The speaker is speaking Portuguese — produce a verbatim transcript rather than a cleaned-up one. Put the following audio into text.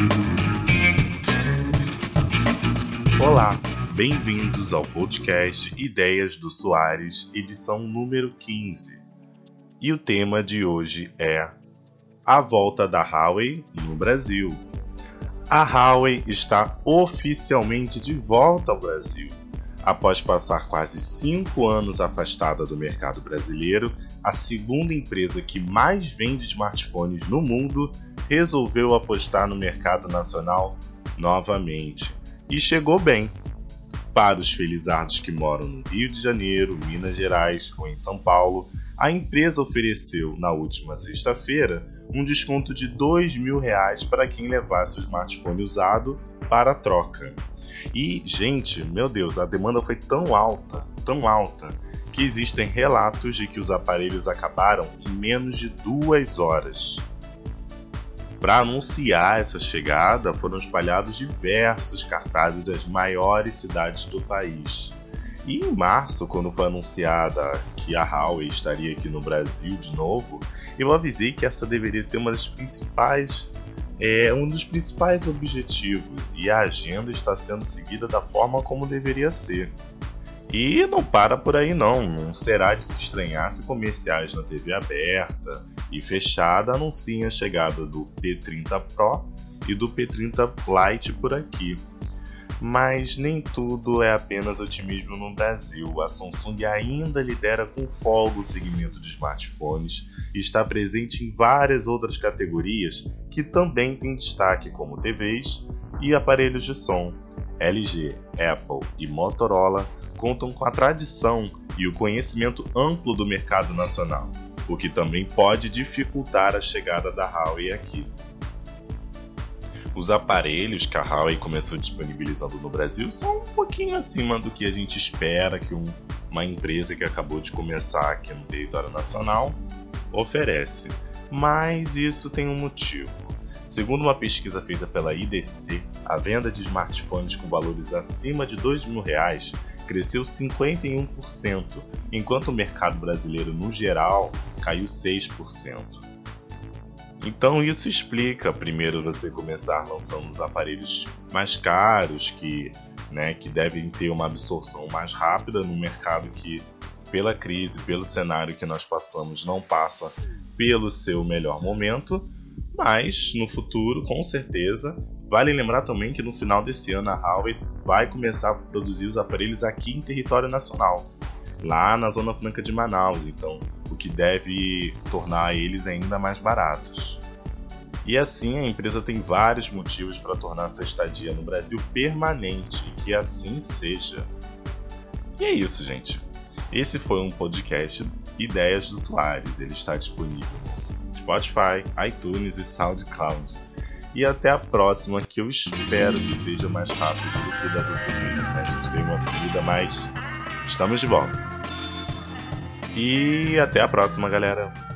Olá, bem-vindos ao podcast Ideias do Soares, edição número quinze. E o tema de hoje é a volta da Huawei no Brasil. A Huawei está oficialmente de volta ao Brasil. Após passar quase cinco anos afastada do mercado brasileiro, a segunda empresa que mais vende smartphones no mundo resolveu apostar no mercado nacional novamente. E chegou bem. Para os felizardos que moram no Rio de Janeiro, Minas Gerais ou em São Paulo, a empresa ofereceu, na última sexta-feira, um desconto de dois mil reais para quem levasse o smartphone usado para a troca. E, gente, meu Deus, a demanda foi tão alta, tão alta, que existem relatos de que os aparelhos acabaram em menos de duas horas. Para anunciar essa chegada, foram espalhados diversos cartazes das maiores cidades do país. E em março, quando foi anunciada que a Huawei estaria aqui no Brasil de novo, eu avisei que essa deveria ser uma das principais, é, um dos principais objetivos, e a agenda está sendo seguida da forma como deveria ser. E não para por aí não, não será de se estranhar se comerciais na T V aberta e fechada anunciem a chegada do P trinta Pro e do P trinta Lite por aqui. Mas nem tudo é apenas otimismo no Brasil. A Samsung ainda lidera com folga o segmento de smartphones e está presente em várias outras categorias que também têm destaque, como T Vs e aparelhos de som. L G, Apple e Motorola contam com a tradição e o conhecimento amplo do mercado nacional, o que também pode dificultar a chegada da Huawei aqui. Os aparelhos que a Huawei começou disponibilizando no Brasil são um pouquinho acima do que a gente espera que um, uma empresa que acabou de começar aqui no território nacional oferece, mas isso tem um motivo. Segundo uma pesquisa feita pela I D C, a venda de smartphones com valores acima de dois mil reais cresceu cinquenta e um por cento, enquanto o mercado brasileiro no geral caiu seis por cento. Então isso explica, primeiro, você começar lançando os aparelhos mais caros, que, né, que devem ter uma absorção mais rápida no mercado que, pela crise, pelo cenário que nós passamos, não passa pelo seu melhor momento, mas no futuro, com certeza. Vale lembrar também que no final desse ano a Huawei vai começar a produzir os aparelhos aqui em território nacional, lá na Zona Franca de Manaus, então o que deve tornar eles ainda mais baratos. E assim a empresa tem vários motivos para tornar essa estadia no Brasil permanente, e que assim seja. E é isso, gente. Esse foi um podcast Ideias do Soares. Ele está disponível no Spotify, iTunes e SoundCloud. E até a próxima, que eu espero que seja mais rápido do que das outras vezes, né? A gente teve uma subida, mas estamos de volta. E até a próxima, galera.